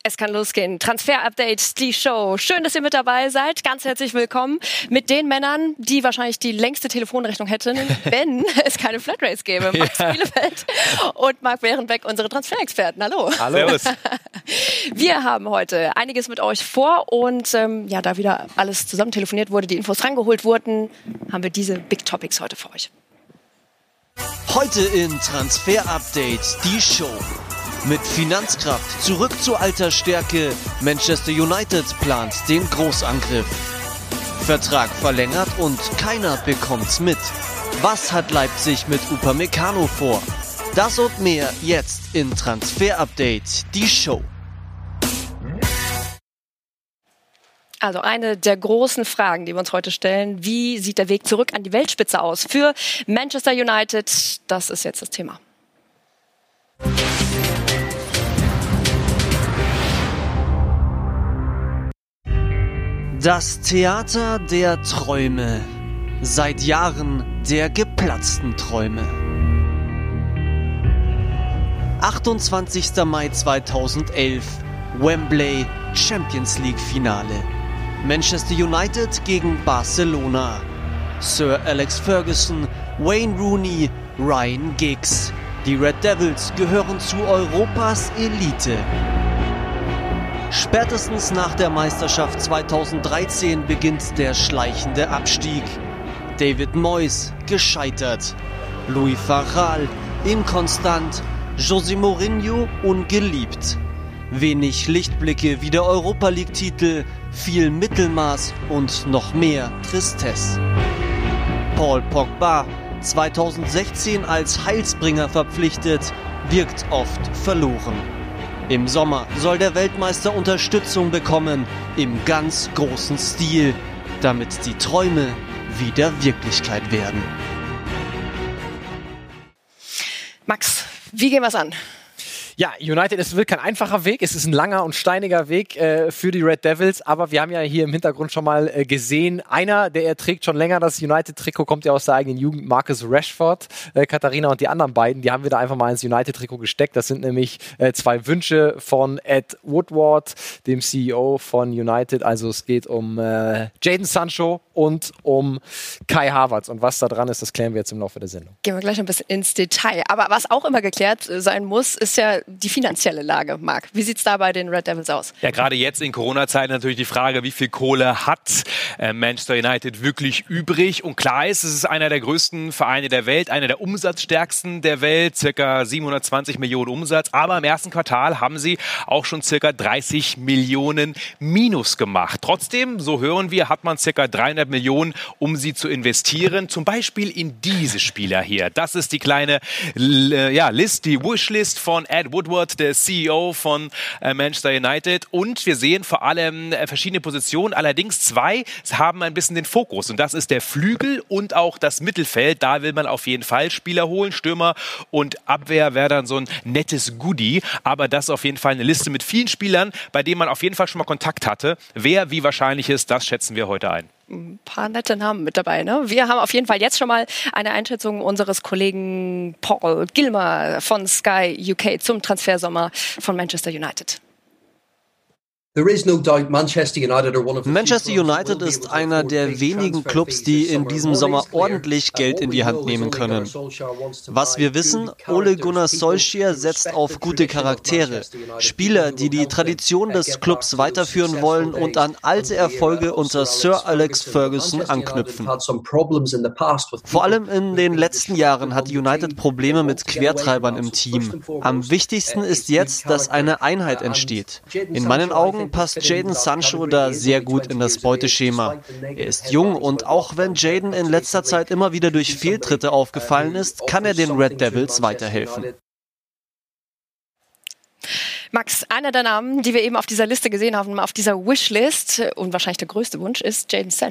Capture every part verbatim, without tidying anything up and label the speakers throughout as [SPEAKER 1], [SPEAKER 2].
[SPEAKER 1] Es kann losgehen. Transfer-Update, die Show. Schön, dass ihr mit dabei seid. Ganz herzlich willkommen mit den Männern, die wahrscheinlich die längste Telefonrechnung hätten, wenn es keine Flatrates gäbe. Max ja. Bielefeld und Marc Behrenbeck, unsere Transferexperten. Hallo.
[SPEAKER 2] Hallo. Servus.
[SPEAKER 1] Wir haben heute einiges mit euch vor und ähm, ja, da wieder alles zusammen telefoniert wurde, die Infos rangeholt wurden, haben wir diese Big Topics heute für euch.
[SPEAKER 3] Heute in Transfer-Update, die Show. Mit Finanzkraft zurück zu alter Stärke. Manchester United plant den Großangriff. Vertrag verlängert und keiner bekommt's mit. Was hat Leipzig mit Upamecano vor? Das und mehr jetzt in Transfer-Update, die Show.
[SPEAKER 1] Also eine der großen Fragen, die wir uns heute stellen, wie sieht der Weg zurück an die Weltspitze aus für Manchester United? Das ist jetzt das Thema.
[SPEAKER 3] Das Theater der Träume. Seit Jahren der geplatzten Träume. achtundzwanzigster Mai zweitausendelf. Wembley Champions League Finale. Manchester United gegen Barcelona. Sir Alex Ferguson, Wayne Rooney, Ryan Giggs. Die Red Devils gehören zu Europas Elite. Spätestens nach der Meisterschaft zweitausenddreizehn beginnt der schleichende Abstieg. David Moyes gescheitert. Louis van Gaal inkonstant. José Mourinho ungeliebt. Wenig Lichtblicke wie der Europa-League-Titel, viel Mittelmaß und noch mehr Tristesse. Paul Pogba, zweitausendsechzehn als Heilsbringer verpflichtet, wirkt oft verloren. Im Sommer soll der Weltmeister Unterstützung bekommen, im ganz großen Stil, damit die Träume wieder Wirklichkeit werden.
[SPEAKER 1] Max, wie gehen wir es an?
[SPEAKER 2] Ja, United, es wird kein einfacher Weg, es ist ein langer und steiniger Weg äh, für die Red Devils, aber wir haben ja hier im Hintergrund schon mal äh, gesehen, einer, der er trägt schon länger das United-Trikot, kommt ja aus der eigenen Jugend, Marcus Rashford, äh, Katharina und die anderen beiden, die haben wir da einfach mal ins United-Trikot gesteckt, das sind nämlich äh, zwei Wünsche von Ed Woodward, dem C E O von United, also es geht um äh, Jadon Sancho und um Kai Havertz und was da dran ist, das klären wir jetzt im Laufe der Sendung.
[SPEAKER 1] Gehen wir gleich ein bisschen ins Detail, aber was auch immer geklärt sein muss, ist ja die finanzielle Lage, Marc. Wie sieht es da bei den Red Devils aus?
[SPEAKER 4] Ja, gerade jetzt in Corona-Zeiten natürlich die Frage, wie viel Kohle hat äh, Manchester United wirklich übrig? Und klar ist, es ist einer der größten Vereine der Welt, einer der umsatzstärksten der Welt, circa siebenhundertzwanzig Millionen Umsatz. Aber im ersten Quartal haben sie auch schon circa dreißig Millionen Minus gemacht. Trotzdem, so hören wir, hat man circa dreihundert Millionen, um sie zu investieren. Zum Beispiel in diese Spieler hier. Das ist die kleine äh, ja, List, die Wishlist von Ed Woodward, der C E O von äh, Manchester United. Und wir sehen vor allem äh, verschiedene Positionen. Allerdings zwei haben ein bisschen den Fokus. Und das ist der Flügel und auch das Mittelfeld. Da will man auf jeden Fall Spieler holen. Stürmer und Abwehr wäre dann so ein nettes Goodie. Aber das ist auf jeden Fall eine Liste mit vielen Spielern, bei denen man auf jeden Fall schon mal Kontakt hatte. Wer wie wahrscheinlich ist, das schätzen wir heute ein.
[SPEAKER 1] Ein paar nette Namen mit dabei, ne? Wir haben auf jeden Fall jetzt schon mal eine Einschätzung unseres Kollegen Paul Gilmer von Sky U K zum Transfersommer von Manchester United.
[SPEAKER 3] Manchester United ist einer der wenigen Clubs, die in diesem Sommer ordentlich Geld in die Hand nehmen können. Was wir wissen, Ole Gunnar Solskjaer setzt auf gute Charaktere, Spieler, die die Tradition des Clubs weiterführen wollen und an alte Erfolge unter Sir Alex Ferguson anknüpfen. Vor allem in den letzten Jahren hat United Probleme mit Quertreibern im Team. Am wichtigsten ist jetzt, dass eine Einheit entsteht. In meinen Augen passt Jadon Sancho da sehr gut in das Beuteschema. Er ist jung und auch wenn Jadon in letzter Zeit immer wieder durch Fehltritte aufgefallen ist, kann er den Red Devils weiterhelfen.
[SPEAKER 1] Max, einer der Namen, die wir eben auf dieser Liste gesehen haben, auf dieser Wishlist und wahrscheinlich der größte Wunsch, ist Jadon Sancho.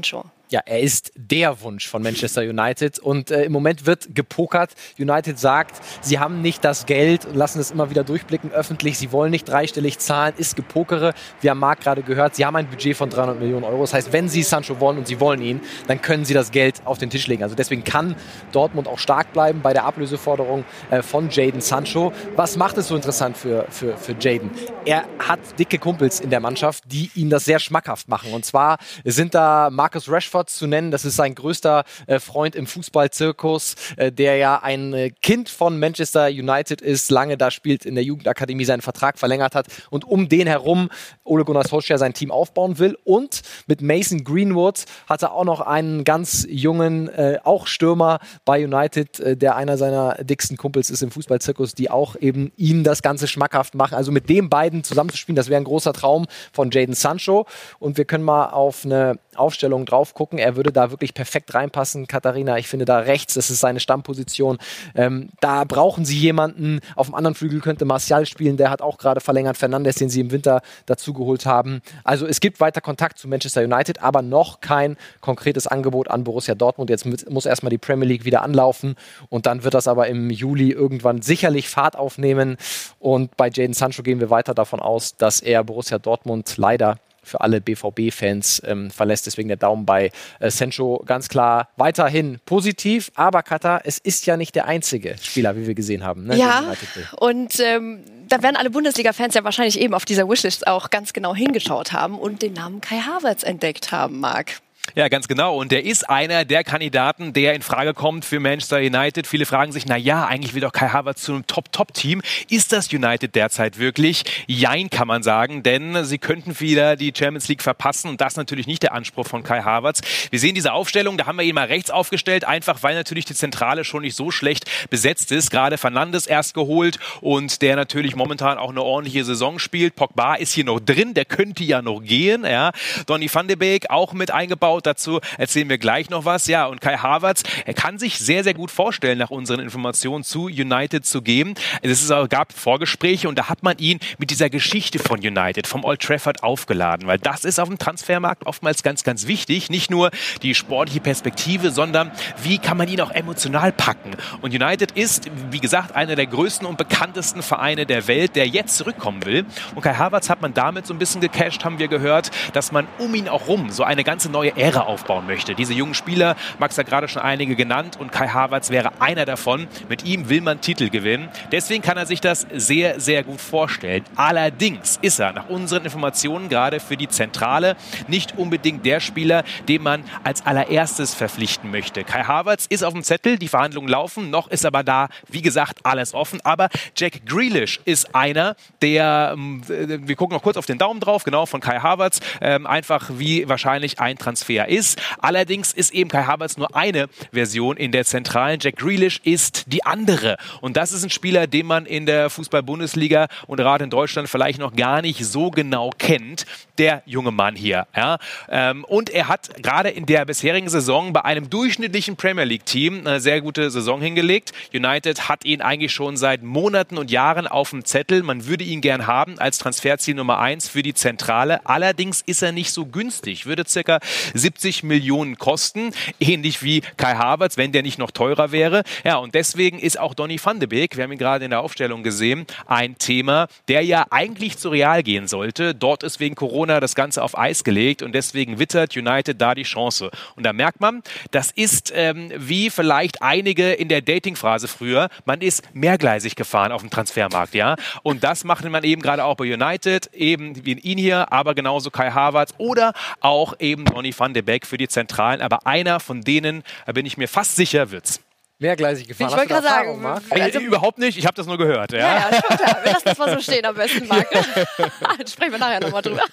[SPEAKER 2] ja, er ist der Wunsch von Manchester United und äh, im Moment wird gepokert. United sagt, sie haben nicht das Geld und lassen es immer wieder durchblicken öffentlich. Sie wollen nicht dreistellig zahlen, ist Gepokere. Wir haben Marc gerade gehört, sie haben ein Budget von dreihundert Millionen Euro. Das heißt, wenn sie Sancho wollen und sie wollen ihn, dann können sie das Geld auf den Tisch legen. Also deswegen kann Dortmund auch stark bleiben bei der Ablöseforderung äh, von Jadon Sancho. Was macht es so interessant für, für, für Jadon? Er hat dicke Kumpels in der Mannschaft, die ihm das sehr schmackhaft machen. Und zwar sind da Marcus Rashford zu nennen. Das ist sein größter äh, Freund im Fußballzirkus, äh, der ja ein äh, Kind von Manchester United ist, lange da spielt, in der Jugendakademie seinen Vertrag verlängert hat und um den herum Ole Gunnar Solskjaer sein Team aufbauen will. Und mit Mason Greenwood hat er auch noch einen ganz jungen, äh, auch Stürmer bei United, äh, der einer seiner dicksten Kumpels ist im Fußballzirkus, die auch eben ihn das Ganze schmackhaft machen. Also mit den beiden zusammenzuspielen, das wäre ein großer Traum von Jadon Sancho. Und wir können mal auf eine Aufstellung drauf gucken. Er würde da wirklich perfekt reinpassen, Katharina. Ich finde da rechts, das ist seine Stammposition. Ähm, da brauchen sie jemanden. Auf dem anderen Flügel könnte Martial spielen, der hat auch gerade verlängert. Fernandes, den sie im Winter dazugeholt haben. Also es gibt weiter Kontakt zu Manchester United, aber noch kein konkretes Angebot an Borussia Dortmund. Jetzt muss erstmal die Premier League wieder anlaufen und dann wird das aber im Juli irgendwann sicherlich Fahrt aufnehmen. Und bei Jadon Sancho gehen wir weiter davon aus, dass er Borussia Dortmund leider für alle B V B-Fans ähm, verlässt. Deswegen der Daumen bei äh, Sancho ganz klar weiterhin positiv. Aber Katha, es ist ja nicht der einzige Spieler, wie wir gesehen haben. Ne?
[SPEAKER 1] Ja, und ähm, da werden alle Bundesliga-Fans ja wahrscheinlich eben auf dieser Wishlist auch ganz genau hingeschaut haben und den Namen Kai Havertz entdeckt haben, Marc.
[SPEAKER 4] Ja, ganz genau. Und der ist einer der Kandidaten, der in Frage kommt für Manchester United. Viele fragen sich, na ja, eigentlich will doch Kai Havertz zu einem Top-Top-Team. Ist das United derzeit wirklich? Jein, kann man sagen, denn sie könnten wieder die Champions League verpassen und das ist natürlich nicht der Anspruch von Kai Havertz. Wir sehen diese Aufstellung, da haben wir ihn mal rechts aufgestellt, einfach weil natürlich die Zentrale schon nicht so schlecht besetzt ist. Gerade Fernandes erst geholt und der natürlich momentan auch eine ordentliche Saison spielt. Pogba ist hier noch drin, der könnte ja noch gehen. Ja. Donny van de Beek auch mit eingebaut. Dazu erzählen wir gleich noch was. Ja, und Kai Havertz, er kann sich sehr, sehr gut vorstellen, nach unseren Informationen zu United zu gehen. Es gab Vorgespräche und da hat man ihn mit dieser Geschichte von United, vom Old Trafford aufgeladen, weil das ist auf dem Transfermarkt oftmals ganz, ganz wichtig. Nicht nur die sportliche Perspektive, sondern wie kann man ihn auch emotional packen. Und United ist, wie gesagt, einer der größten und bekanntesten Vereine der Welt, der jetzt zurückkommen will. Und Kai Havertz hat man damit so ein bisschen gecasht, haben wir gehört, dass man um ihn auch rum so eine ganze neue Ära aufbauen möchte. Diese jungen Spieler, Max hat gerade schon einige genannt und Kai Havertz wäre einer davon. Mit ihm will man Titel gewinnen. Deswegen kann er sich das sehr, sehr gut vorstellen. Allerdings ist er nach unseren Informationen gerade für die Zentrale nicht unbedingt der Spieler, den man als allererstes verpflichten möchte. Kai Havertz ist auf dem Zettel, die Verhandlungen laufen, noch ist aber da, wie gesagt, alles offen. Aber Jack Grealish ist einer, der, wir gucken noch kurz auf den Daumen drauf, genau, von Kai Havertz, einfach wie wahrscheinlich ein Transfer ist. Allerdings ist eben Kai Havertz nur eine Version in der Zentralen. Jack Grealish ist die andere. Und das ist ein Spieler, den man in der Fußball-Bundesliga und gerade in Deutschland vielleicht noch gar nicht so genau kennt. Der junge Mann hier. Ja. Und er hat gerade in der bisherigen Saison bei einem durchschnittlichen Premier League-Team eine sehr gute Saison hingelegt. United hat ihn eigentlich schon seit Monaten und Jahren auf dem Zettel. Man würde ihn gern haben als Transferziel Nummer eins für die Zentrale. Allerdings ist er nicht so günstig. Würde circa siebzig Millionen kosten, ähnlich wie Kai Havertz, wenn der nicht noch teurer wäre. Ja, und deswegen ist auch Donny van de Beek, wir haben ihn gerade in der Aufstellung gesehen, ein Thema, der ja eigentlich zu Real gehen sollte. Dort ist wegen Corona das Ganze auf Eis gelegt und deswegen wittert United da die Chance. Und da merkt man, das ist ähm, wie vielleicht einige in der Dating-Phase früher, man ist mehrgleisig gefahren auf dem Transfermarkt, ja. Und das macht man eben gerade auch bei United, eben wie in ihn hier, aber genauso Kai Havertz oder auch eben Donny van de Beek für die Zentralen. Aber einer von denen, da bin ich mir fast sicher, wird's.
[SPEAKER 2] Mehrgleisig gefahren.
[SPEAKER 1] Ich wollte gerade sagen,
[SPEAKER 4] also, überhaupt nicht, ich habe das nur gehört. Ja,
[SPEAKER 1] ja, ja schon klar. Wir lassen das mal so stehen am besten, Marc. Sprechen wir nachher nochmal drüber.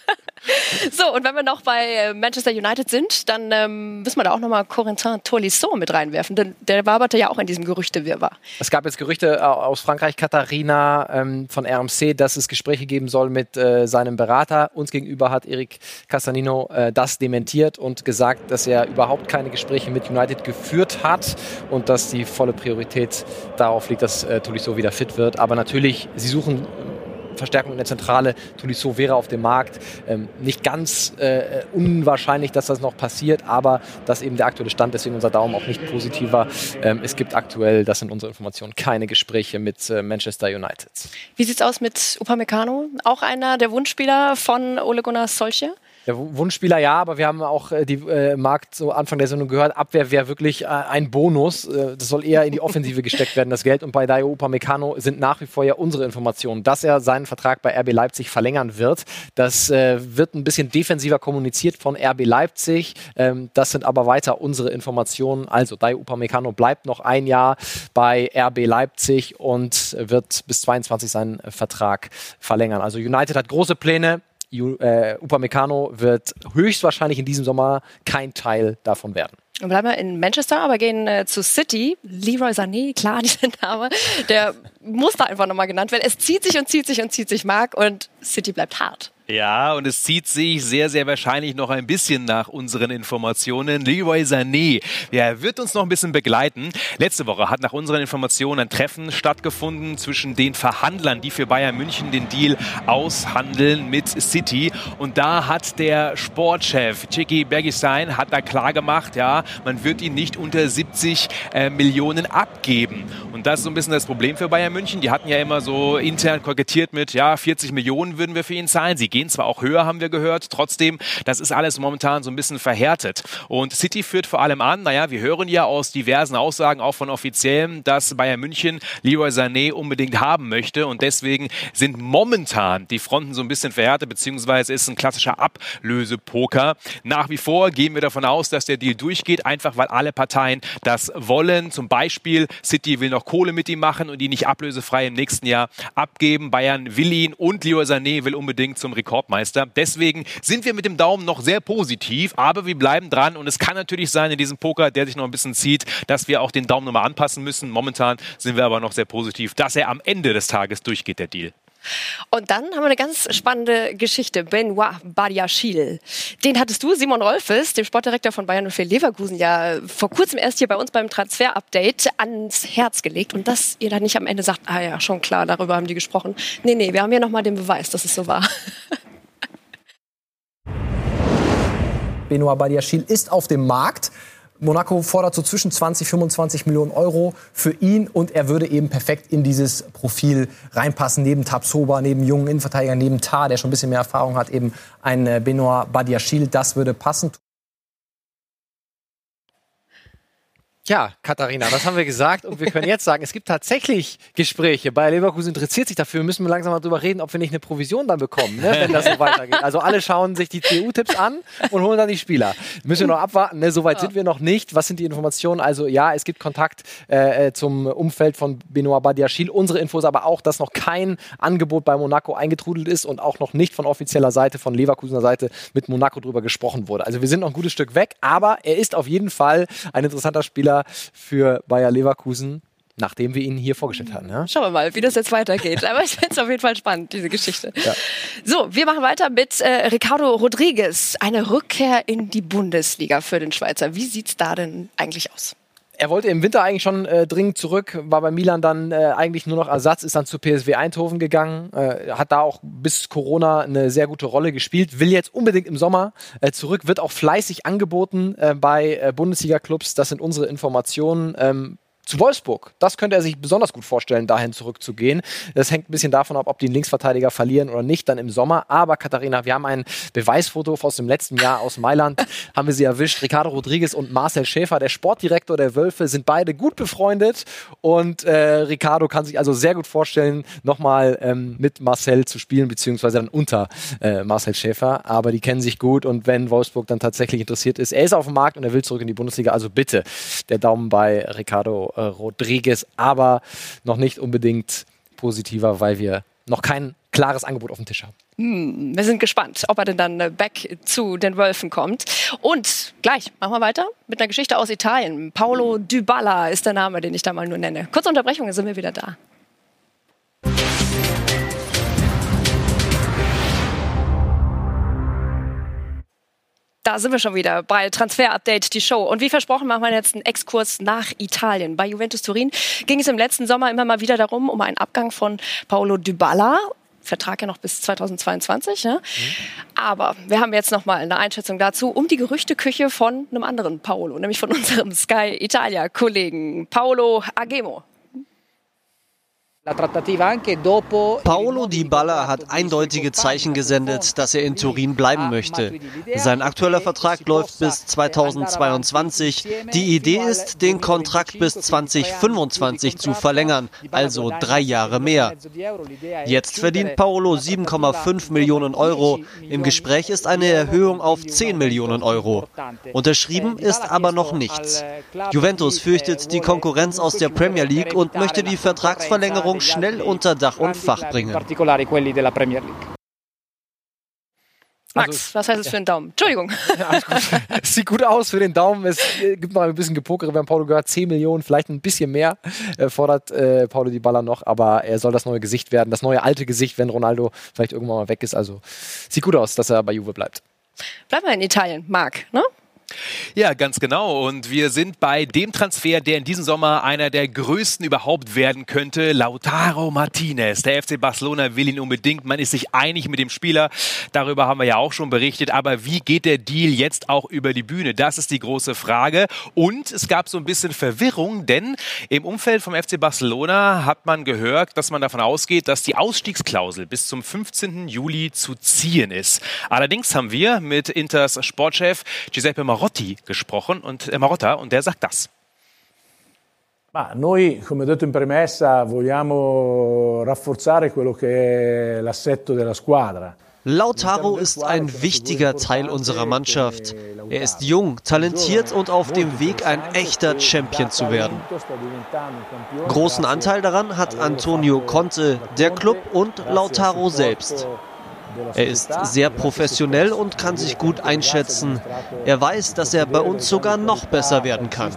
[SPEAKER 1] So, und wenn wir noch bei Manchester United sind, dann ähm, müssen wir da auch nochmal Corentin Tolisso mit reinwerfen, denn der waberte ja auch in diesem Gerüchtewirrwarr.
[SPEAKER 2] Es gab jetzt Gerüchte aus Frankreich, Katharina ähm, von R M C, dass es Gespräche geben soll mit äh, seinem Berater. Uns gegenüber hat Eric Castanino äh, das dementiert und gesagt, dass er überhaupt keine Gespräche mit United geführt hat und dass die volle Priorität darauf liegt, dass äh, Tolisso wieder fit wird. Aber natürlich, sie suchen Verstärkung in der Zentrale. Tolisso wäre auf dem Markt. Ähm, nicht ganz äh, unwahrscheinlich, dass das noch passiert, aber das ist eben der aktuelle Stand, deswegen unser Daumen auch nicht positiver. Ähm, es gibt aktuell, das sind unsere Informationen, keine Gespräche mit äh, Manchester United.
[SPEAKER 1] Wie sieht's aus mit Upamecano? Auch einer der Wunschspieler von Ole Gunnar Solskjaer?
[SPEAKER 2] Der Wunschspieler ja, aber wir haben auch äh, die äh, Markt so Anfang der Sendung gehört, Abwehr wäre wirklich äh, ein Bonus. Äh, das soll eher in die Offensive gesteckt werden, das Geld. Und bei Dayot Upamecano sind nach wie vor ja unsere Informationen, dass er seinen Vertrag bei R B Leipzig verlängern wird. Das äh, wird ein bisschen defensiver kommuniziert von R B Leipzig. Ähm, das sind aber weiter unsere Informationen. Also Dayot Upamecano bleibt noch ein Jahr bei R B Leipzig und wird bis zweiundzwanzig seinen Vertrag verlängern. Also United hat große Pläne. Uh, Upamecano wird höchstwahrscheinlich in diesem Sommer kein Teil davon werden.
[SPEAKER 1] Wir bleiben wir in Manchester, aber gehen äh, zu City. Leroy Sané, klar, dieser Name, der muss da einfach nochmal genannt werden. Es zieht sich und zieht sich und zieht sich, Marc, und City bleibt hart.
[SPEAKER 4] Ja, und es zieht sich sehr, sehr wahrscheinlich noch ein bisschen nach unseren Informationen. Leroy Sané, der wird uns noch ein bisschen begleiten. Letzte Woche hat nach unseren Informationen ein Treffen stattgefunden zwischen den Verhandlern, die für Bayern München den Deal aushandeln mit City. Und da hat der Sportchef Txiki Bergwijn hat da klar gemacht, ja, man wird ihn nicht unter siebzig äh, Millionen abgeben. Und das ist so ein bisschen das Problem für Bayern München. Die hatten ja immer so intern kokettiert mit, ja, vierzig Millionen würden wir für ihn zahlen. Sie gehen zwar auch höher, haben wir gehört, trotzdem, das ist alles momentan so ein bisschen verhärtet. Und City führt vor allem an, naja, wir hören ja aus diversen Aussagen, auch von Offiziellen, dass Bayern München Leroy Sané unbedingt haben möchte und deswegen sind momentan die Fronten so ein bisschen verhärtet, beziehungsweise ist ein klassischer Ablösepoker. Nach wie vor gehen wir davon aus, dass der Deal durchgeht, einfach weil alle Parteien das wollen. Zum Beispiel City will noch Kohle mit ihm machen und ihn nicht ablösefrei im nächsten Jahr abgeben. Bayern will ihn und Leroy Sané will unbedingt zum Rekordmeister. Deswegen sind wir mit dem Daumen noch sehr positiv, aber wir bleiben dran und es kann natürlich sein in diesem Poker, der sich noch ein bisschen zieht, dass wir auch den Daumen nochmal anpassen müssen. Momentan sind wir aber noch sehr positiv, dass er am Ende des Tages durchgeht, der Deal.
[SPEAKER 1] Und dann haben wir eine ganz spannende Geschichte. Benoit Badiachil. Den hattest du, Simon Rolfes, dem Sportdirektor von Bayern null vier Leverkusen, ja vor kurzem erst hier bei uns beim Transfer-Update ans Herz gelegt. Und dass ihr dann nicht am Ende sagt, ah ja, schon klar, darüber haben die gesprochen. Nee, nee, wir haben hier nochmal den Beweis, dass es so war.
[SPEAKER 5] Benoit Badiachil ist auf dem Markt. Monaco fordert so zwischen zwanzig, fünfundzwanzig Millionen Euro für ihn und er würde eben perfekt in dieses Profil reinpassen. Neben Tapsoba, neben jungen Innenverteidigern, neben Tah, der schon ein bisschen mehr Erfahrung hat, eben ein Benoit Badiachil, das würde passen.
[SPEAKER 2] Ja, Katharina, das haben wir gesagt und wir können jetzt sagen, es gibt tatsächlich Gespräche. Bayer Leverkusen interessiert sich dafür. Wir müssen langsam mal drüber reden, ob wir nicht eine Provision dann bekommen, ne, wenn das so weitergeht. Also alle schauen sich die C U-Tipps an und holen dann die Spieler. Müssen wir noch abwarten, ne? Soweit ja. sind wir noch nicht. Was sind die Informationen? Also ja, es gibt Kontakt äh, zum Umfeld von Benoit Badiachil. Unsere Info ist aber auch, dass noch kein Angebot bei Monaco eingetrudelt ist und auch noch nicht von offizieller Seite, von Leverkusener Seite mit Monaco drüber gesprochen wurde. Also wir sind noch ein gutes Stück weg, aber er ist auf jeden Fall ein interessanter Spieler für Bayer Leverkusen, nachdem wir ihn hier vorgestellt haben. Ja?
[SPEAKER 1] Schauen wir mal, wie das jetzt weitergeht. Aber ich finde es auf jeden Fall spannend, diese Geschichte. Ja. So, wir machen weiter mit äh, Ricardo Rodriguez. Eine Rückkehr in die Bundesliga für den Schweizer. Wie sieht es da denn eigentlich aus?
[SPEAKER 2] Er wollte im Winter eigentlich schon äh, dringend zurück, war bei Milan dann äh, eigentlich nur noch Ersatz, ist dann zu P S V Eindhoven gegangen, äh, hat da auch bis Corona eine sehr gute Rolle gespielt, will jetzt unbedingt im Sommer äh, zurück, wird auch fleißig angeboten äh, bei äh, Bundesliga-Clubs, das sind unsere Informationen. Ähm, Zu Wolfsburg. Das könnte er sich besonders gut vorstellen, dahin zurückzugehen. Das hängt ein bisschen davon ab, ob die einen Linksverteidiger verlieren oder nicht, dann im Sommer. Aber Katharina, wir haben ein Beweisfoto aus dem letzten Jahr aus Mailand, haben wir sie erwischt. Ricardo Rodriguez und Marcel Schäfer, der Sportdirektor der Wölfe, sind beide gut befreundet. Und äh, Ricardo kann sich also sehr gut vorstellen, nochmal ähm, mit Marcel zu spielen, beziehungsweise dann unter äh, Marcel Schäfer. Aber die kennen sich gut und wenn Wolfsburg dann tatsächlich interessiert ist, er ist auf dem Markt und er will zurück in die Bundesliga, also bitte der Daumen bei Ricardo Rodriguez, aber noch nicht unbedingt positiver, weil wir noch kein klares Angebot auf dem Tisch haben.
[SPEAKER 1] Hm, wir sind gespannt, ob er denn dann back zu den Wölfen kommt. Und gleich machen wir weiter mit einer Geschichte aus Italien. Paulo Dybala ist der Name, den ich da mal nur nenne. Kurze Unterbrechung, dann sind wir wieder da. Da sind wir schon wieder bei Transfer Update, die Show. Und wie versprochen machen wir jetzt einen Exkurs nach Italien. Bei Juventus Turin ging es im letzten Sommer immer mal wieder darum, um einen Abgang von Paulo Dybala. Vertrag ja noch bis zweitausendzweiundzwanzig. Ne? Mhm. Aber wir haben jetzt noch mal eine Einschätzung dazu um die Gerüchteküche von einem anderen Paolo, nämlich von unserem Sky Italia-Kollegen Paolo Agemo.
[SPEAKER 3] Paulo Dybala hat eindeutige Zeichen gesendet, dass er in Turin bleiben möchte. Sein aktueller Vertrag läuft bis zweitausendzweiundzwanzig. Die Idee ist, den Kontrakt bis zweitausendfünfundzwanzig zu verlängern, also drei Jahre mehr. Jetzt verdient Paulo sieben Komma fünf Millionen Euro. Im Gespräch ist eine Erhöhung auf zehn Millionen Euro. Unterschrieben ist aber noch nichts. Juventus fürchtet die Konkurrenz aus der Premier League und möchte die Vertragsverlängerung schnell unter Dach und Fach bringen.
[SPEAKER 1] Max, was heißt es für den Daumen? Entschuldigung.
[SPEAKER 2] Ja, alles gut. Es sieht gut aus für den Daumen. Es gibt noch ein bisschen Gepokere. Wir haben Paulo gehört, zehn Millionen, vielleicht ein bisschen mehr äh, fordert äh, Paulo Dybala noch. Aber er soll das neue Gesicht werden, das neue alte Gesicht, wenn Ronaldo vielleicht irgendwann mal weg ist. Also sieht gut aus, dass er bei Juve bleibt.
[SPEAKER 1] Bleiben wir in Italien, Marc, ne?
[SPEAKER 4] Ja, ganz genau. Und wir sind bei dem Transfer, der in diesem Sommer einer der größten überhaupt werden könnte. Lautaro Martinez. Der F C Barcelona will ihn unbedingt. Man ist sich einig mit dem Spieler. Darüber haben wir ja auch schon berichtet. Aber wie geht der Deal jetzt auch über die Bühne? Das ist die große Frage. Und es gab so ein bisschen Verwirrung, denn im Umfeld vom F C Barcelona hat man gehört, dass man davon ausgeht, dass die Ausstiegsklausel bis zum fünfzehnten Juli zu ziehen ist. Allerdings haben wir mit Inters Sportchef Giuseppe Marotti gesprochen und äh, Marotta und der sagt das.
[SPEAKER 6] Ma noi, come detto in premessa, vogliamo rafforzare quello che è l'assetto della squadra.
[SPEAKER 3] Lautaro ist ein wichtiger Teil unserer Mannschaft. Er ist jung, talentiert und auf dem Weg, ein echter Champion zu werden. Großen Anteil daran hat Antonio Conte, der Club und Lautaro selbst. Er ist sehr professionell und kann sich gut einschätzen. Er weiß, dass er bei uns sogar noch besser werden kann.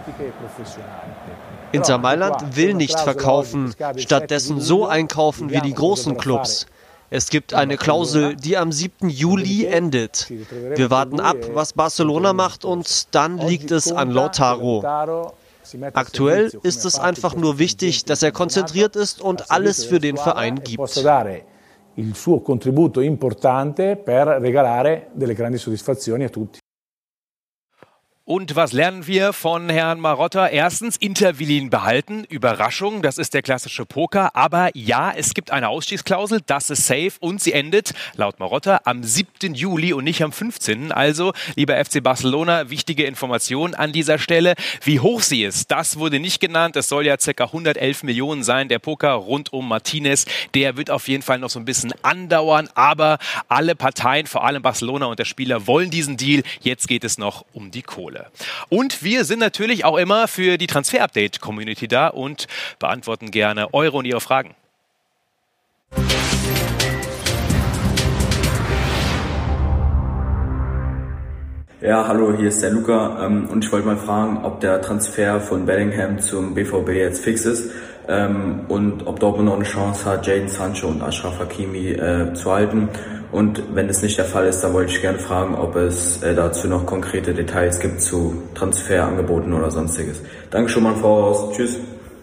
[SPEAKER 3] Inter Mailand will nicht verkaufen, stattdessen so einkaufen wie die großen Clubs. Es gibt eine Klausel, die am siebten Juli endet. Wir warten ab, was Barcelona macht, und dann liegt es an Lautaro. Aktuell ist es einfach nur wichtig, dass er konzentriert ist und alles für den Verein gibt.
[SPEAKER 6] Il suo contributo importante per regalare delle grandi soddisfazioni a tutti.
[SPEAKER 4] Und was lernen wir von Herrn Marotta? Erstens, Inter will ihn behalten. Überraschung, das ist der klassische Poker. Aber ja, es gibt eine Ausstiegsklausel, das ist safe. Und sie endet, laut Marotta, am siebten Juli und nicht am fünfzehnten Also, lieber F C Barcelona, wichtige Information an dieser Stelle. Wie hoch sie ist, das wurde nicht genannt. Es soll ja ca. hundertelf Millionen sein. Der Poker rund um Martinez, der wird auf jeden Fall noch so ein bisschen andauern. Aber alle Parteien, vor allem Barcelona und der Spieler, wollen diesen Deal. Jetzt geht es noch um die Kohle. Und wir sind natürlich auch immer für die Transfer-Update-Community da und beantworten gerne eure und ihre Fragen.
[SPEAKER 7] Ja, hallo, hier ist der Luca ähm, und ich wollte mal fragen, ob der Transfer von Bellingham zum B V B jetzt fix ist ähm, und ob Dortmund noch eine Chance hat, Jadon Sancho und Achraf Hakimi äh, zu halten. Und wenn das nicht der Fall ist, dann wollte ich gerne fragen, ob es äh, dazu noch konkrete Details gibt zu Transferangeboten oder sonstiges. Danke schon mal im Voraus. Tschüss.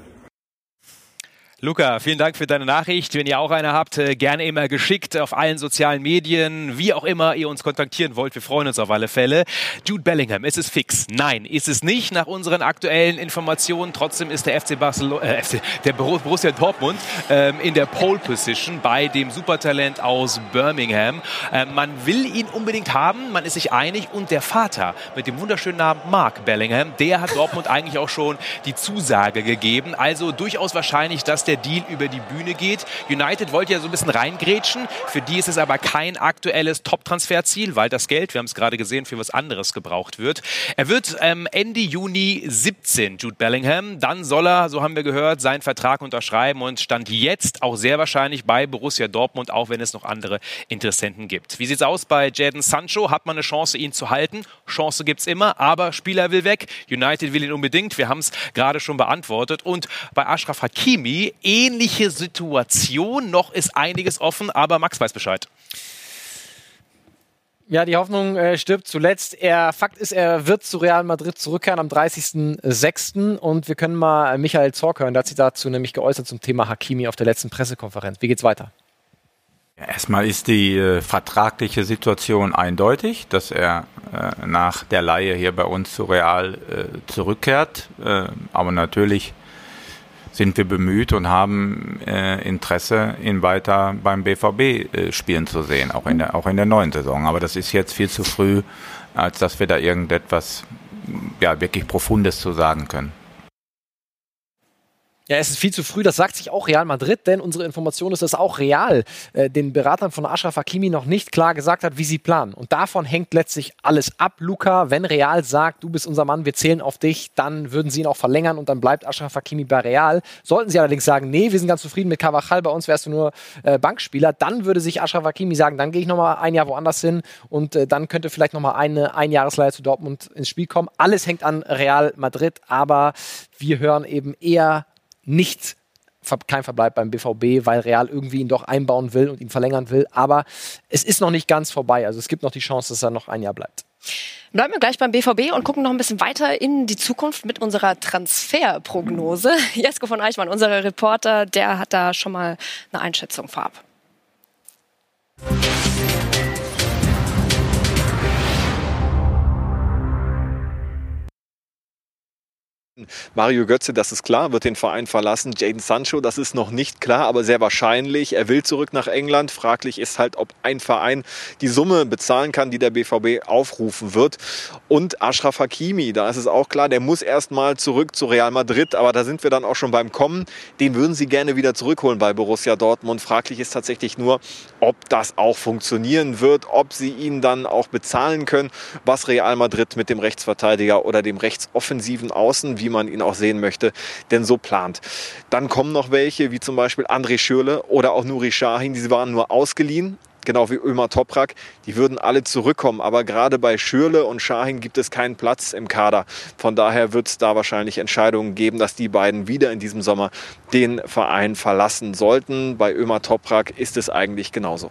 [SPEAKER 4] Luca, vielen Dank für deine Nachricht. Wenn ihr auch eine habt, gerne immer geschickt auf allen sozialen Medien, wie auch immer ihr uns kontaktieren wollt. Wir freuen uns auf alle Fälle. Jude Bellingham, ist es fix? Nein, ist es nicht nach unseren aktuellen Informationen. Trotzdem ist der F C Barcelona, äh, der Borussia Dortmund ähm, in der Pole Position bei dem Supertalent aus Birmingham. Ähm, man will ihn unbedingt haben, man ist sich einig und der Vater mit dem wunderschönen Namen Mark Bellingham, der hat Dortmund eigentlich auch schon die Zusage gegeben. Also durchaus wahrscheinlich, dass der Deal über die Bühne geht. United wollte ja so ein bisschen reingrätschen. Für die ist es aber kein aktuelles Top-Transferziel, weil das Geld, wir haben es gerade gesehen, für was anderes gebraucht wird. Er wird ähm, Ende Juni siebzehn, Jude Bellingham. Dann soll er, so haben wir gehört, seinen Vertrag unterschreiben und stand jetzt auch sehr wahrscheinlich bei Borussia Dortmund, auch wenn es noch andere Interessenten gibt. Wie sieht es aus bei Jadon Sancho? Hat man eine Chance, ihn zu halten? Chance gibt es immer, aber Spieler will weg. United will ihn unbedingt. Wir haben es gerade schon beantwortet. Und bei Achraf Hakimi ähnliche Situation. Noch ist einiges offen, aber Max weiß Bescheid.
[SPEAKER 2] Ja, die Hoffnung äh, stirbt zuletzt. Er, Fakt ist, er wird zu Real Madrid zurückkehren am dreißigsten sechsten Und wir können mal Michael Zorc hören. Der hat sich dazu nämlich geäußert zum Thema Hakimi auf der letzten Pressekonferenz. Wie geht's weiter?
[SPEAKER 8] Ja, erstmal ist die äh, vertragliche Situation eindeutig, dass er äh, nach der Leihe hier bei uns zu Real äh, zurückkehrt. Äh, aber natürlich sind wir bemüht und haben äh, Interesse, ihn weiter beim B V B äh, spielen zu sehen, auch in der, auch in der neuen Saison. Aber das ist jetzt viel zu früh, als dass wir da irgendetwas ja, wirklich Profundes zu sagen können.
[SPEAKER 2] Ja, es ist viel zu früh, das sagt sich auch Real Madrid, denn unsere Information ist, dass auch Real äh, den Beratern von Achraf Hakimi noch nicht klar gesagt hat, wie sie planen. Und davon hängt letztlich alles ab, Luca. Wenn Real sagt, du bist unser Mann, wir zählen auf dich, dann würden sie ihn auch verlängern und dann bleibt Achraf Hakimi bei Real. Sollten sie allerdings sagen, nee, wir sind ganz zufrieden mit Carvajal, bei uns wärst du nur äh, Bankspieler, dann würde sich Achraf Hakimi sagen, dann gehe ich nochmal ein Jahr woanders hin und äh, dann könnte vielleicht nochmal eine Einjahresleihe zu Dortmund ins Spiel kommen. Alles hängt an Real Madrid, aber wir hören eben eher nicht, kein Verbleib beim B V B, weil Real irgendwie ihn doch einbauen will und ihn verlängern will. Aber es ist noch nicht ganz vorbei. Also es gibt noch die Chance, dass er noch ein Jahr bleibt.
[SPEAKER 1] Bleiben wir gleich beim B V B und gucken noch ein bisschen weiter in die Zukunft mit unserer Transferprognose. Jesko von Eichmann, unser Reporter, der hat da schon mal eine Einschätzung vorab.
[SPEAKER 9] Mario Götze, das ist klar, wird den Verein verlassen. Jadon Sancho, das ist noch nicht klar, aber sehr wahrscheinlich. Er will zurück nach England. Fraglich ist halt, ob ein Verein die Summe bezahlen kann, die der B V B aufrufen wird. Und Achraf Hakimi, da ist es auch klar, der muss erst mal zurück zu Real Madrid. Aber da sind wir dann auch schon beim Kommen. Den würden sie gerne wieder zurückholen bei Borussia Dortmund. Fraglich ist tatsächlich nur, ob das auch funktionieren wird, ob sie ihn dann auch bezahlen können, was Real Madrid mit dem Rechtsverteidiger oder dem rechtsoffensiven Außen, wie man ihn auch sehen möchte, denn so plant. Dann kommen noch welche, wie zum Beispiel André Schürrle oder auch Nuri Sahin, die waren nur ausgeliehen, genau wie Ömer Toprak, die würden alle zurückkommen, aber gerade bei Schürrle und Sahin gibt es keinen Platz im Kader. Von daher wird es da wahrscheinlich Entscheidungen geben, dass die beiden wieder in diesem Sommer den Verein verlassen sollten. Bei Ömer Toprak ist es eigentlich genauso.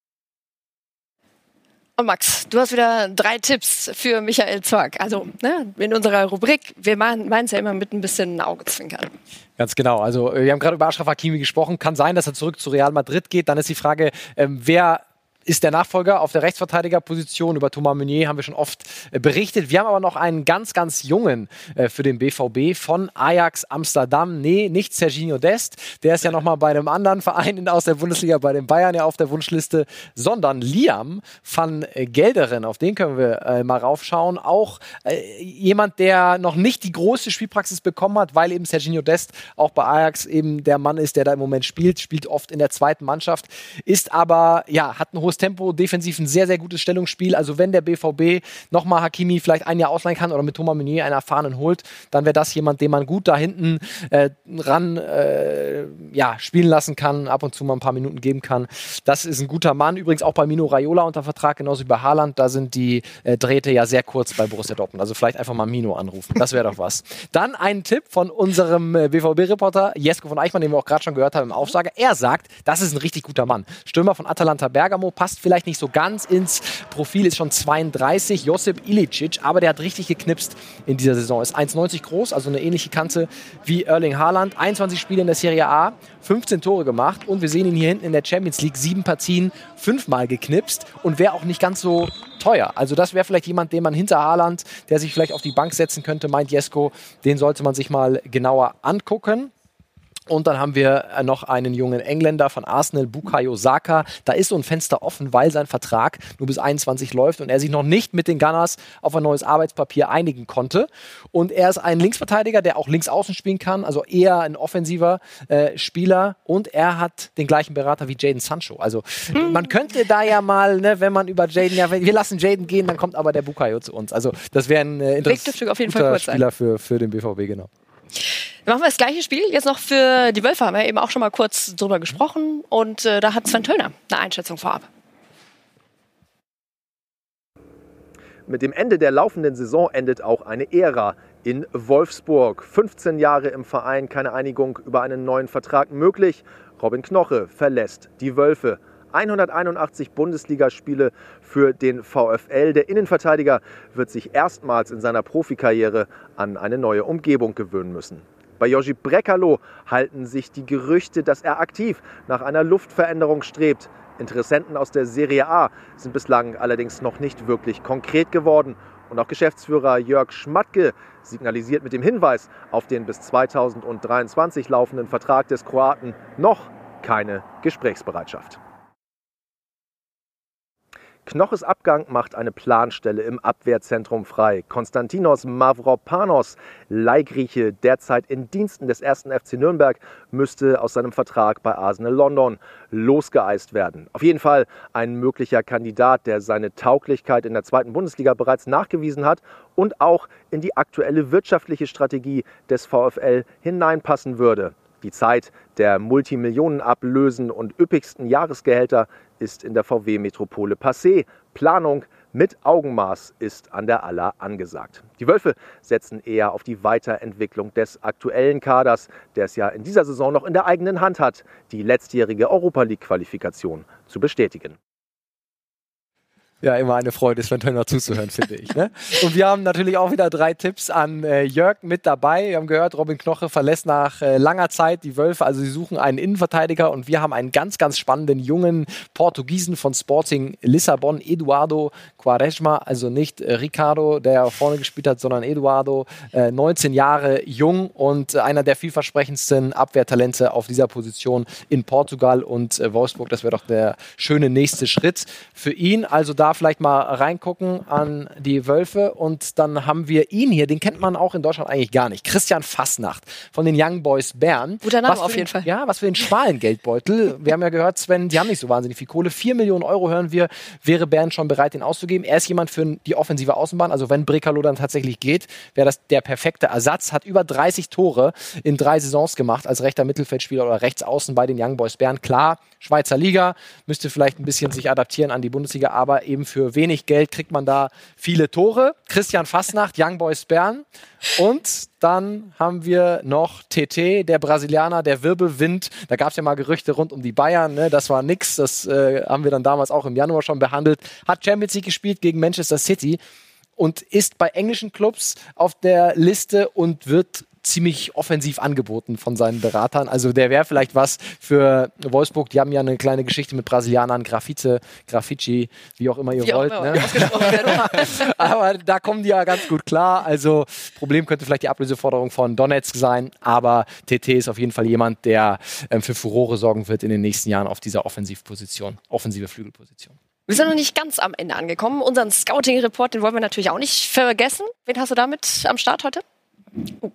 [SPEAKER 1] Und Max, du hast wieder drei Tipps für Michael Zorc. Also ne, in unserer Rubrik, wir meinen es ja immer mit ein bisschen Augenzwinkern.
[SPEAKER 2] Ganz genau. Also wir haben gerade über Achraf Hakimi gesprochen. Kann sein, dass er zurück zu Real Madrid geht. Dann ist die Frage, ähm, wer ist der Nachfolger auf der Rechtsverteidigerposition. Über Thomas Meunier haben wir schon oft äh, berichtet. Wir haben aber noch einen ganz, ganz jungen äh, für den B V B von Ajax Amsterdam. Nee, nicht Serginho Dest. Der ist ja noch mal bei einem anderen Verein in, aus der Bundesliga, bei den Bayern ja auf der Wunschliste, sondern Liam van äh, Gelderen. Auf den können wir äh, mal raufschauen. Auch äh, jemand, der noch nicht die große Spielpraxis bekommen hat, weil eben Serginho Dest auch bei Ajax eben der Mann ist, der da im Moment spielt. Spielt oft in der zweiten Mannschaft. Ist aber, ja, hat ein hohes Tempo, defensiv ein sehr, sehr gutes Stellungsspiel. Also wenn der B V B nochmal Hakimi vielleicht ein Jahr ausleihen kann oder mit Thomas Meunier einen Erfahrenen holt, dann wäre das jemand, den man gut da hinten äh, ran äh, ja, spielen lassen kann, ab und zu mal ein paar Minuten geben kann. Das ist ein guter Mann. Übrigens auch bei Mino Raiola unter Vertrag, genauso wie bei Haaland. Da sind die äh, Drähte ja sehr kurz bei Borussia Dortmund. Also vielleicht einfach mal Mino anrufen. Das wäre doch was. Dann ein Tipp von unserem äh, B V B-Reporter Jesko von Eichmann, den wir auch gerade schon gehört haben im Aufsager. Er sagt, das ist ein richtig guter Mann. Stürmer von Atalanta Bergamo, passt vielleicht nicht so ganz ins Profil, ist schon zweiunddreißig, Josip Ilicic, aber der hat richtig geknipst in dieser Saison. Ist eins Komma neunzig groß, also eine ähnliche Kante wie Erling Haaland. einundzwanzig Spiele in der Serie A, fünfzehn Tore gemacht und wir sehen ihn hier hinten in der Champions League, sieben Partien, fünfmal geknipst und wäre auch nicht ganz so teuer. Also das wäre vielleicht jemand, den man hinter Haaland, der sich vielleicht auf die Bank setzen könnte, meint Jesko, den sollte man sich mal genauer angucken. Und dann haben wir noch einen jungen Engländer von Arsenal, Bukayo Saka. Da ist so ein Fenster offen, weil sein Vertrag nur bis einundzwanzig läuft und er sich noch nicht mit den Gunners auf ein neues Arbeitspapier einigen konnte. Und er ist ein Linksverteidiger, der auch links außen spielen kann, also eher ein offensiver äh, Spieler. Und er hat den gleichen Berater wie Jadon Sancho. Also mhm. man könnte da ja mal, ne, wenn man über Jadon, ja, wir lassen Jadon gehen, dann kommt aber der Bukayo zu uns. Also das wäre ein äh, interessanter Spieler für, für den B V B, genau.
[SPEAKER 1] Dann machen wir das gleiche Spiel jetzt noch für die Wölfe. Haben wir eben auch schon mal kurz drüber gesprochen. Und äh, da hat Sven Töllner eine Einschätzung vorab.
[SPEAKER 10] Mit dem Ende der laufenden Saison endet auch eine Ära in Wolfsburg. fünfzehn Jahre im Verein, keine Einigung über einen neuen Vertrag möglich. Robin Knoche verlässt die Wölfe. hunderteinundachtzig Bundesligaspiele für den VfL. Der Innenverteidiger wird sich erstmals in seiner Profikarriere an eine neue Umgebung gewöhnen müssen. Bei Josip Brekalo halten sich die Gerüchte, dass er aktiv nach einer Luftveränderung strebt. Interessenten aus der Serie A sind bislang allerdings noch nicht wirklich konkret geworden. Und auch Geschäftsführer Jörg Schmatke signalisiert mit dem Hinweis auf den bis zweitausenddreiundzwanzig laufenden Vertrag des Kroaten noch keine Gesprächsbereitschaft. Knoches Abgang macht eine Planstelle im Abwehrzentrum frei. Konstantinos Mavropanos, Leihgrieche, derzeit in Diensten des ersten F C Nürnberg, müsste aus seinem Vertrag bei Arsenal London losgeeist werden. Auf jeden Fall ein möglicher Kandidat, der seine Tauglichkeit in der zweiten Bundesliga bereits nachgewiesen hat und auch in die aktuelle wirtschaftliche Strategie des VfL hineinpassen würde. Die Zeit der Multimillionenablösen und üppigsten Jahresgehälter ist in der V W-Metropole passé. Planung mit Augenmaß ist an der Aller angesagt. Die Wölfe setzen eher auf die Weiterentwicklung des aktuellen Kaders, der es ja in dieser Saison noch in der eigenen Hand hat, die letztjährige Europa-League-Qualifikation zu bestätigen.
[SPEAKER 2] Ja, immer eine Freude, Sven Tönner zuzuhören, finde ich. Ne? Und wir haben natürlich auch wieder drei Tipps an äh, Jörg mit dabei. Wir haben gehört, Robin Knoche verlässt nach äh, langer Zeit die Wölfe. Also sie suchen einen Innenverteidiger und wir haben einen ganz, ganz spannenden jungen Portugiesen von Sporting Lissabon, Eduardo Quaresma. Also nicht äh, Ricardo, der vorne gespielt hat, sondern Eduardo, äh, neunzehn Jahre jung und äh, einer der vielversprechendsten Abwehrtalente auf dieser Position in Portugal und äh, Wolfsburg. Das wäre doch der schöne nächste Schritt für ihn. Also da vielleicht mal reingucken an die Wölfe und dann haben wir ihn hier, den kennt man auch in Deutschland eigentlich gar nicht. Christian Fasnacht von den Young Boys Bern.
[SPEAKER 1] Guter Name
[SPEAKER 2] was
[SPEAKER 1] auf
[SPEAKER 2] den,
[SPEAKER 1] jeden Fall.
[SPEAKER 2] Ja, was für den schmalen Geldbeutel. Wir haben ja gehört, Sven, die haben nicht so wahnsinnig viel Kohle. Vier Millionen Euro hören wir, wäre Bern schon bereit, den auszugeben. Er ist jemand für die offensive Außenbahn, also wenn Brekalo dann tatsächlich geht, wäre das der perfekte Ersatz. Hat über dreißig Tore in drei Saisons gemacht als rechter Mittelfeldspieler oder Rechtsaußen bei den Young Boys Bern. Klar, Schweizer Liga, müsste vielleicht ein bisschen sich adaptieren an die Bundesliga, aber eben für wenig Geld kriegt man da viele Tore. Christian Fasnacht, Young Boys Bern. Und dann haben wir noch T T, der Brasilianer, der Wirbelwind. Da gab es ja mal Gerüchte rund um die Bayern. Ne? Das war nix. Das äh, haben wir dann damals auch im Januar schon behandelt. Hat Champions League gespielt gegen Manchester City und ist bei englischen Clubs auf der Liste und wird ziemlich offensiv angeboten von seinen Beratern. Also der wäre vielleicht was für Wolfsburg. Die haben ja eine kleine Geschichte mit Brasilianern, Graffite, Graffici, wie auch immer ihr wie wollt. Immer, ne? Aber da kommen die ja ganz gut klar. Also Problem könnte vielleicht die Ablöseforderung von Donetsk sein, aber T T ist auf jeden Fall jemand, der ähm, für Furore sorgen wird in den nächsten Jahren auf dieser Offensivposition, offensive Flügelposition.
[SPEAKER 1] Wir sind noch nicht ganz am Ende angekommen. Unseren Scouting-Report, den wollen wir natürlich auch nicht vergessen. Wen hast du damit am Start heute? Oh.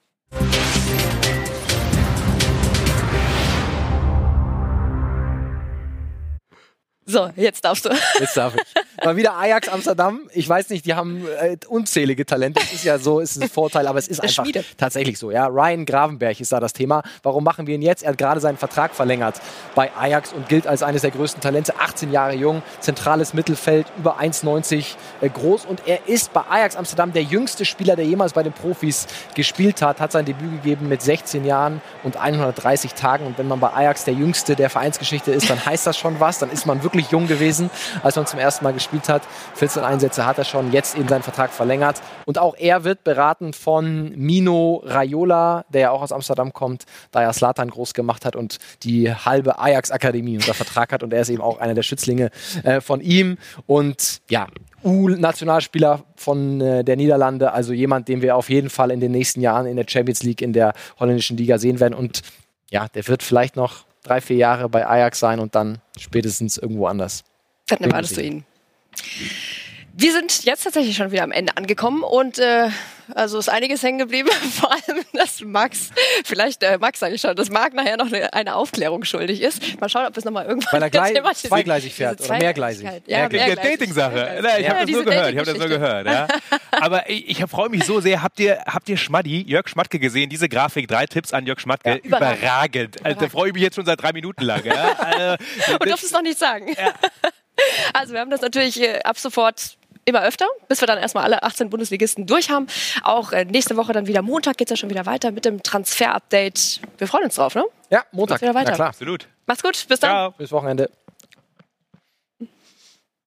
[SPEAKER 1] So, jetzt darfst du.
[SPEAKER 2] Jetzt darf ich. Mal wieder Ajax Amsterdam. Ich weiß nicht, die haben äh, unzählige Talente. Es ist ja so, es ist ein Vorteil, aber es ist einfach Schmiede. Tatsächlich so. Ja, Ryan Gravenberch ist da das Thema. Warum machen wir ihn jetzt? Er hat gerade seinen Vertrag verlängert bei Ajax und gilt als eines der größten Talente. achtzehn Jahre jung, zentrales Mittelfeld, über eins neunzig äh, groß. Und er ist bei Ajax Amsterdam der jüngste Spieler, der jemals bei den Profis gespielt hat. Hat sein Debüt gegeben mit sechzehn Jahren und hundertdreißig Tagen. Und wenn man bei Ajax der jüngste der Vereinsgeschichte ist, dann heißt das schon was. Dann ist man wirklich jung gewesen, als man zum ersten Mal gespielt hat. vierzehn Einsätze hat er schon, jetzt eben seinen Vertrag verlängert. Und auch er wird beraten von Mino Raiola, der ja auch aus Amsterdam kommt, da er Zlatan groß gemacht hat und die halbe Ajax-Akademie unter Vertrag hat. Und er ist eben auch einer der Schützlinge äh, von ihm. Und ja, U-Nationalspieler von äh, der Niederlande, also jemand, den wir auf jeden Fall in den nächsten Jahren in der Champions League, in der holländischen Liga sehen werden. Und ja, der wird vielleicht noch drei, vier Jahre bei Ajax sein und dann spätestens irgendwo anders.
[SPEAKER 1] Dann erwartest du ihn. Wir sind jetzt tatsächlich schon wieder am Ende angekommen und äh, also ist einiges hängen geblieben, vor allem, dass Max, vielleicht äh, Max sage ich schon, dass Marc nachher noch eine, eine Aufklärung schuldig ist. Mal schauen, ob es nochmal irgendwann...
[SPEAKER 2] Weil er gleich zweigleisig fährt oder mehrgleisig.
[SPEAKER 4] Ja, ja, Dating-Sache. Ich
[SPEAKER 1] ja,
[SPEAKER 4] habe das nur gehört, ich habe das nur gehört. Ja. Aber ich, ich freue mich so sehr. Habt ihr, habt ihr Schmaddi, Jörg Schmatke gesehen? Diese Grafik, drei Tipps an Jörg Schmatke. Ja. Überragend. Überragend. Also, da freue ich mich jetzt schon seit drei Minuten lang. Ja. Also,
[SPEAKER 1] und durfst es noch nicht sagen. Ja. Also wir haben das natürlich äh, ab sofort immer öfter, bis wir dann erstmal alle achtzehn Bundesligisten durch haben. Auch äh, nächste Woche dann wieder Montag geht es ja schon wieder weiter mit dem Transfer-Update. Wir freuen uns drauf, ne?
[SPEAKER 2] Ja, Montag.
[SPEAKER 1] Wieder weiter.
[SPEAKER 2] Ja, klar.
[SPEAKER 4] Absolut.
[SPEAKER 1] Macht's gut, bis dann.
[SPEAKER 2] Ciao. Bis Wochenende.